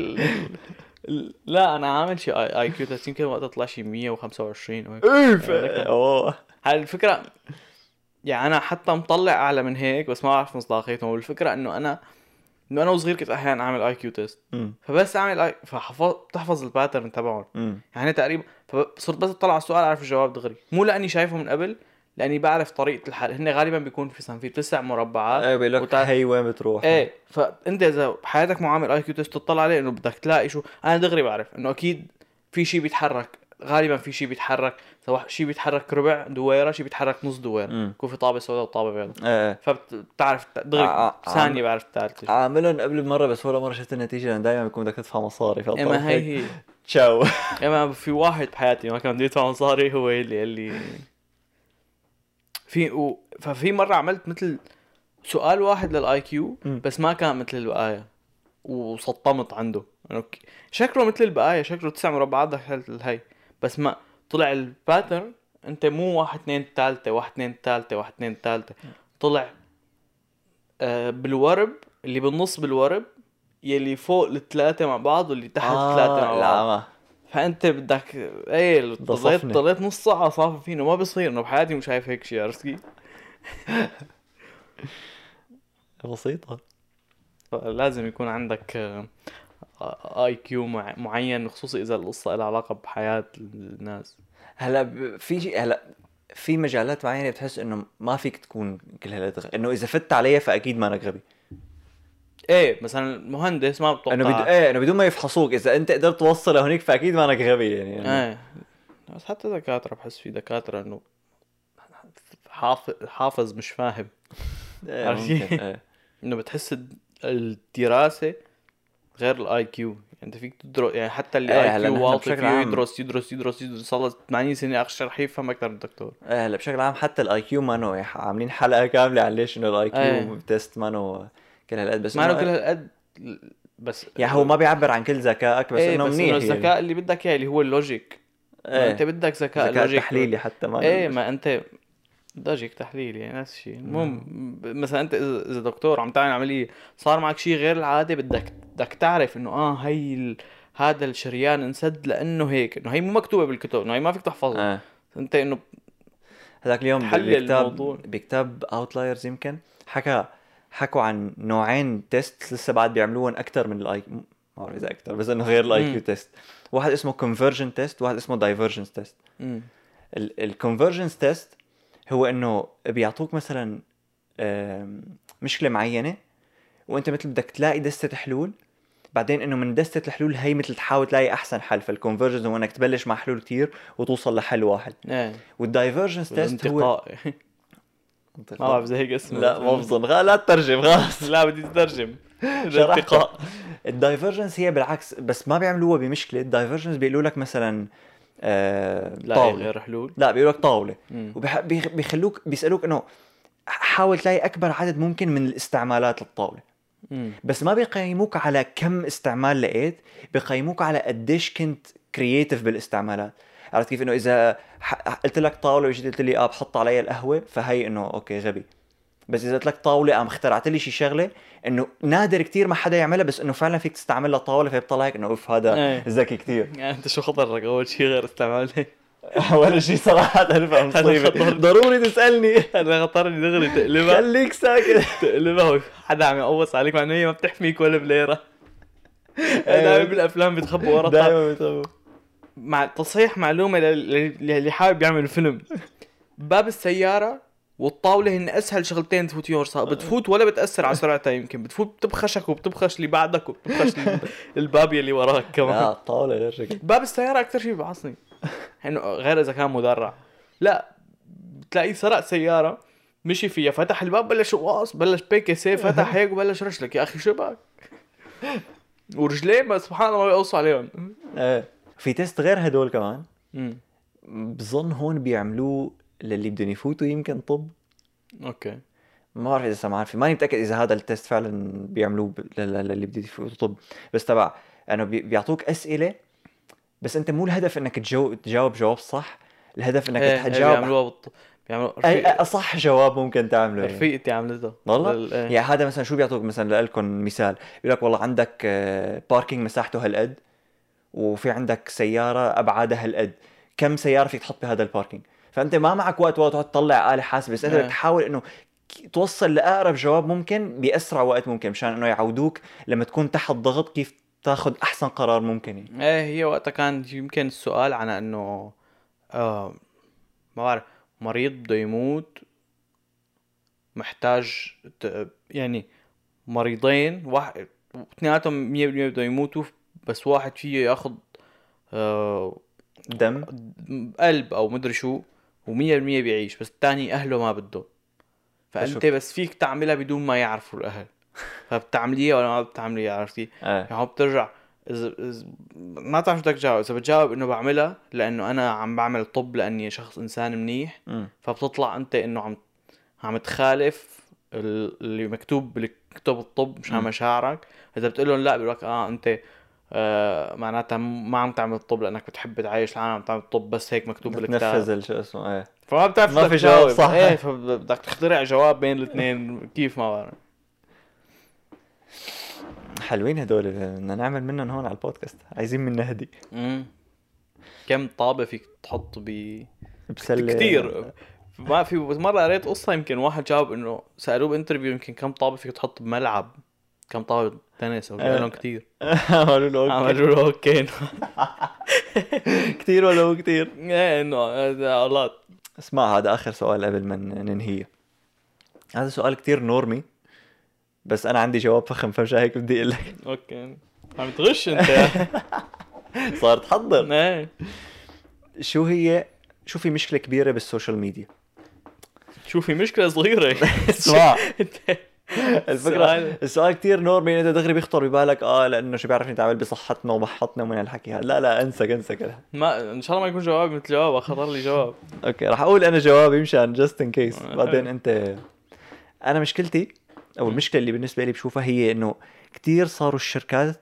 لا انا عامل شيء اي كيو 30 كده وقتها طلع شيء 125. اوه هاي الفكره يعني انا حتى مطلع اعلى من هيك بس ما بعرف مصداقيته. والفكره انه انا وصغير كنت احيانا اعمل اي كيو تيست، فبس اعمل بتحفظ الباترن تبعهم يعني تقريبا. فصرت بس اطلع على السؤال اعرف الجواب دغري، مو لاني شايفه من قبل، لاني بعرف طريقه الحل. هن غالبا بيكون في 9 مربعات. ايه بيقول لك هي وين بتروح. ايه فانت اذا بحياتك معامل اي كيو تيست تطلع عليه انه بدك تلاقي شو، انا دغري بعرف انه اكيد في شيء بيتحرك. غالبا في شيء بيتحرك، سواء شيء بيتحرك ربع دويره، شيء بيتحرك نص دويره، يكون في طابه سوداء وطابه بيضاء. فبتعرف دغري ثانيه بعرف الثالثه. عاملهم قبل مره بس ولا مره شفت النتيجه، لان دائما بيكون بدك تدفع مصاري. اما هي تشاو. اما في واحد بحياتي ما كان بده يدفع مصاري، هو اللي قال لي ففي مره عملت مثل سؤال واحد للاي كيو بس ما كان مثل البقايا، وسطمت عنده انه شكله مثل البقايا، شكله 9 مربعات دخلت الهي، بس ما طلع الباترن. انت مو 1 2 3 1 2 3 1 2 3، طلع بالورب اللي بالنص بالورب، يلي فوق الثلاثه مع بعض واللي تحت الثلاثه مع بعض. فانت بدك ايه طلعت نص ساعه صافي فينه ما بصير، انه بحياتي مش شايف هيك شيء. عرفت كيف؟ بسيطه. لازم يكون عندك اي كيو معين، خصوصي اذا القصه لها علاقه بحياه الناس. هلا في مجالات معينه بتحس انه ما فيك تكون كل هالقد انه اذا فت عليها فاكيد ما انك غبي. ايه مثلا مهندس ما بتوقع انه بدون ما يفحصوك اذا انت قدرت توصل لهونيك فاكيد ما انك غبي يعني. ايه بس حتى دكاتره بحس في دكاتره انه حافظ مش فاهم. ممكن. انه بتحس الدراسه غير الاي كيو. يعني انت فيك تدرس، يعني حتى اللي اي كيو واطي فيه يدرس صار 80 سنه اخر رح يفهم اكثر من الدكتور. هلا بشكل عام حتى الاي كيو ما عاملين حلقه كامله عن ليش انه الاي كيو تيست ما كل هالقد، بس ما كل هالقد، بس يعني هو ما بيعبر عن كل ذكائك، بس انه منيح يعني الذكاء اللي بدك اياه اللي هو اللوجيك. انت بدك ذكاء تحليلي حتى ما ما انت لوجيك تحليلي يعني نفس الشيء. المهم مثلا انت اذا دكتور عم تعمل عمليه صار معك شيء غير العاده، بدك تعرف انه هي هذا الشريان انسد لانه هيك، انه هي مو مكتوبه بالكتب، انه هي ما فيك تحفظها. انت انه هذاك اليوم تحلل الموضوع. بكتاب اوتلايرز يمكن حكوا عن نوعين تيست لسه بعد بيعملوهم اكثر من الاي، ما بعرف اذا اكثر بس انه غير الاي كيو تيست. واحد اسمه كونفرجن تيست، وواحد اسمه دايفرجنس تيست. الكونفرجنس تيست هو انه بيعطوك مثلا مشكله معينه، وانت مثل بدك تلاقي دستة حلول، بعدين انه من دستة الحلول هي مثل تحاول تلاقي احسن حل. فالكونفرجنس هو انك تبلش مع حلول كتير وتوصل لحل واحد. والدايفرجنس تيست هو ما بعرف زي هيك اسمه. لا ما بظن، لا تترجم خلاص. لا بدي تترجم. الانتقاء. الدايفرجنس هي بالعكس، بس ما بيعملوها بمشكله. الدايفرجنس بيقولوا لك مثلا طاولة غير حلول. لا بيقولوا لك طاوله، وبيخلوك بيسالوك انه حاول تلاقي اكبر عدد ممكن من الاستعمالات للطاوله. بس ما بيقيموك على كم استعمال لقيت، بيقيموك على قديش كنت كرييتيف بالاستعمالات. عرفت كيف؟ انه اذا قلت لك طاوله وجيت قلت لي بحط عليها القهوه، فهي انه اوكي غبي. بس اذا قلت لك طاوله اخترعت لي شيء شغله انه نادر كتير ما حدا يعملها، بس انه فعلا فيك تستعملها طاوله، فبيطلع هيك انه اوف هذا ذكي كتير. انت شو خطرك اول شيء غير استعمالها؟ ولا شيء صراحه ارفع مصيبه. ضروري تسالني. انا خطرني دغري تقلبها. خليك ساكت. تقلبها حدا عم يقوص عليك مع انه هي ما بتحميك ولا بليره. دائما بالافلام بتخبوا ورا. دائما بتخبوا. مع تصحيح معلومه اللي حابب يعمل فيلم، باب السياره والطاوله هن اسهل شغلتين تفوت فيهم. بتفوت ولا بتاثر على سرعتها، يمكن بتفوت بتبخشك وبتبخش اللي بعدك وبتبخش الباب يلي وراك كمان. لا الطاوله غير شكل. باب السياره اكثر شيء بعصني انه غير اذا كان مدرع. لا بتلاقي سرق سياره مشي فيها، فتح الباب بلش واص، بلش بيك سيف، فتح هيك وبلش رجلك. يا اخي شو بك؟ ورجليه بس سبحان الله ما بيقصوا عليهم. في تيست غير هدول كمان. بظن هون بيعملوه للي بدهم يفوتوا يمكن طب. اوكي ما بعرف اذا سمعان فيه، ماني متاكد اذا هذا التيست فعلا بيعملوه للي بده يفوتوا طب. بس تبع انه بيعطوك اسئله، بس انت مو الهدف انك تجاوب جواب صح، الهدف انك تجاوب. بيعملوها بيعملوا اي اصح جواب ممكن تعمله. رفيقتي عملته والله. يعني هذا مثلا شو بيعطوك مثلا لكم مثال، بيقول لك والله عندك باركينج مساحته هالقد، وفي عندك سياره ابعادها هالقد، كم سياره فيك تحط بهذا الباركينج؟ فانت ما معك وقت تطلع آلة حاسبة، بس انت بدك تحاول انه توصل لاقرب جواب ممكن باسرع وقت ممكن، مشان انه يعودوك لما تكون تحت ضغط كيف تاخذ احسن قرار ممكن. يعني هي وقتها كان يمكن السؤال عن انه ما بعرف مريض بده يموت، محتاج يعني مريضين، واحد اثنيناتهم 100% بده يموتوا، بس واحد فيه ياخذ دم قلب او مدري شو، و100% بيعيش، بس الثاني اهله ما بده. فانت بس فيك تعملها بدون ما يعرفوا الاهل، فبتعمليها ولا ما بتعمليها؟ عرفتي؟ يعني بترجع إذا ما تعرف شو بدك تجاوب. اذا بتجاوب انه بعملها لانه انا عم بعمل الطب لاني شخص انسان منيح، فبتطلع انت انه عم تخالف اللي مكتوب بالكتب الطب مشان مشاعرك. اذا بتقول لهم لا، بيقول لك انت معناتها ما عم تعمل الطب لانك بتحب تعيش العالم، عم تعمل الطب بس هيك مكتوب بالكتاب. تنفذ شو اسمه. فما بتعرف ما في جواب صح. فبدك تخترع جواب بين الاثنين. كيف؟ ما بعرف. حلوين هدول، بدنا نعمل منهم هون على البودكاست، عايزين منا هدي. كم طابة فيك تحط بسلة كتير. ما في مرة قريت قصة، يمكن واحد جاوب انه سألوه بانترفيو يمكن كم طابة فيك تحط بملعب، كم طابة تنس، او قال لهم كتير. عملوا له اوكي. كتير ولا مو كتير؟ انه الله. اسمع، هذا اخر سؤال قبل ما ننهيه. هذا سؤال كتير نورمي، بس انا عندي جواب فخم، فمشان هيك بدي اقول لك. اوكي عم تغش انت. صار تحضر. شو في مشكلة كبيرة بالسوشيال ميديا؟ شو في مشكلة صغيرة؟ اسمع الفكرة، السؤال كتير نورمي، انت دغري بيخطر ببالك لانه شو بيعرف نتعامل بصحتنا ومحطنا ومن هالحكي هذا. لا انسى كلها. ما ان شاء الله ما يكون جوابي مثل جوابك. خطر لي جواب. اوكي راح اقول انا جوابي مشان جاست ان كيس. بعدين انت، انا مشكلتي او المشكلة اللي بالنسبة لي بشوفها هي انه كتير صاروا الشركات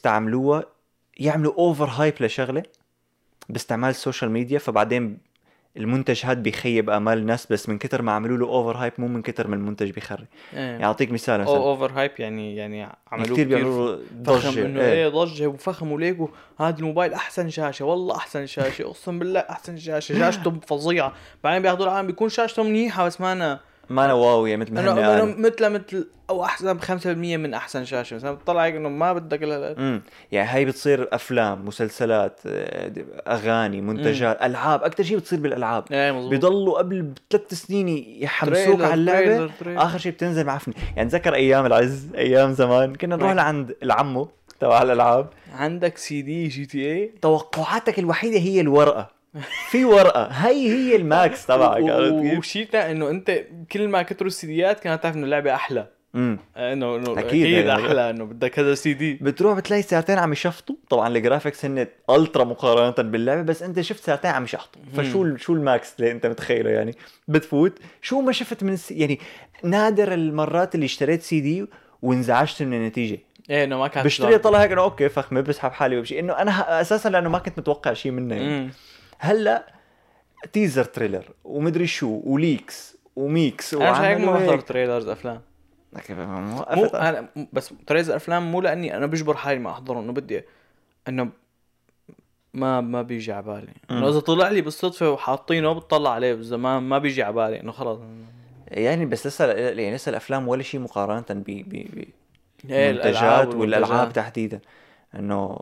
يستعملوها، يعملوا اوفر هايب لشغلة باستعمال السوشيال ميديا، فبعدين المنتج هاد بيخيب امال الناس، بس من كتر ما عملوا له اوفر هايب، مو من كتر ما المنتج بيخري. يعني اعطيك مثال مثلا اوفر هايب يعني عملوه كثير بيعملوا فخم ضجه. انه ضجه وفخم وليكو هذا الموبايل احسن شاشه، والله احسن شاشه، اقسم بالله احسن شاشته فظيعه. بعدين بياخذوا العالم بيكون شاشته منيحه بس ما أنا واو يا مثل ما هن قالوا مثل او احسن ب5% من احسن شاشه. مثلا بتطلع هيك انه ما بدك يعني هاي بتصير افلام، مسلسلات، اغاني، منتجات، العاب. اكثر شيء بتصير بالالعاب. بيضلوا قبل 3 سنين يحمسوك على اللعبه، اخر شيء بتنزل معفنه. يعني تذكر ايام العز، ايام زمان كنا نروح لعند العمو تبع الالعاب، عندك سي دي جي تي اي، توقعاتك الوحيده هي الورقه. في ورقه هي الماكس تبعك. وشيتا انه انت كل ما كتروا السيديات كانت تعرف انه اللعبه احلى. انه اكيد احلى، انه بدك هذا سي دي. بتروح بتلاقي ساعتين عم يشفطوا. طبعا الجرافيكس هن الترا مقارنه باللعبه، بس انت شفت ساعتين عم يشحطوا. فشو الماكس اللي انت متخيله؟ يعني بتفوت شو ما شفت من يعني نادر المرات اللي اشتريت سي دي وانزعجت من النتيجه. انه ما كان بشتري طلع هيك انه اوكي فخمه، بسحب حالي وبشي، انه انا اساسا لانه ما كنت متوقع شيء منه يعني. هلا تيزر تريلر ومدري شو وليكس وميكس انا هيك ما بحضر تريلرز افلام. مو انا بس تريلرز افلام مو لاني انا بجبر حالي ما احضره، انه بدي انه ما بيجي على بالي. انه اذا طلع لي بالصدفه وحاطينه بتطلع عليه بالزمان ما بيجي على بالي انه خلاص يعني. بس لسه الافلام ولا شيء مقارنه المنتجات والالعاب تحديدا. انه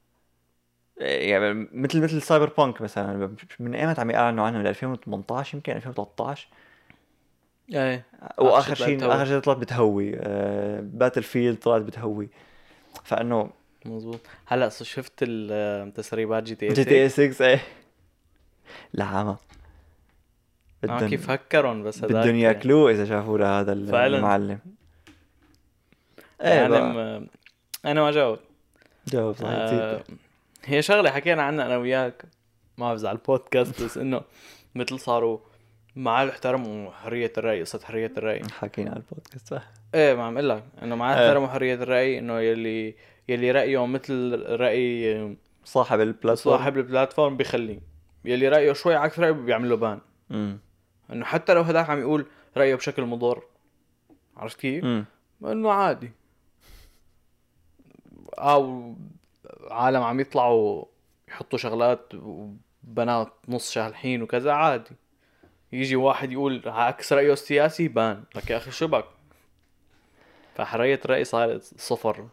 يعني مثل سايبر بانك مثلا، من ايمت عم يعلنوا عنه، من 2018 يمكن 2013. واخر شيء طلعت بتهوي. باتل فيلد طلعت بتهوي. فانه مزبوط. هلا شفت التسريبات جي تي اي 6 ايه لعامة كيف فكرون بس هذاك بدهم ياكلوه اذا شافوا له هذا المعلم. يعني انا ما جاوب صحيح. هي شغله حكينا عنها انا وياك ما بزعل البودكاست، بس انه مثل صاروا مع الاحترام وحريه الراي. قصه حريه الراي حكينا على البودكاست صح. ايه ما عم اقول لك انه مع الاحترام وحريه الراي، انه يلي رايه مثل راي صاحب البلاتفورم بيخليه، يلي رايه شوي عكس رايه بيعمل له بان. انه حتى لو هذاك عم يقول رايه بشكل مضر، عرفت كيف؟ انه عادي. او عالم عم يطلعوا يحطوا شغلات وبنات نص شالحين وكذا عادي، يجي واحد يقول عكس رأيه السياسي بان لك يا أخي شو بك. فحرية الرأي صارت صفر.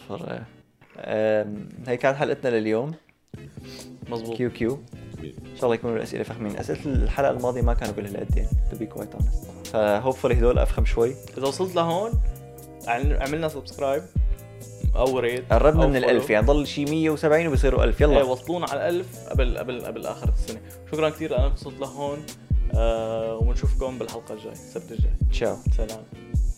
هي كانت حلقتنا لليوم. مزبوط. كيو ان شاء الله يكونوا الأسئلة فخمين. أسئلة الحلقة الماضية ما كانوا بهالقد يعني to be quite honest. فهوبفully هدول أفخم شوي. إذا وصلت لهون عملنا سبسكرايب أو ريت، قربنا من 1000 يعني ضل شي 170 وبيصيروا 1000. يلا وصلونا على 1000 قبل آخر السنة. شكرا كثير أنا وصلت لهون. وبنشوفكم بالحلقة الجاي السبت الجاي. تشاو. سلام.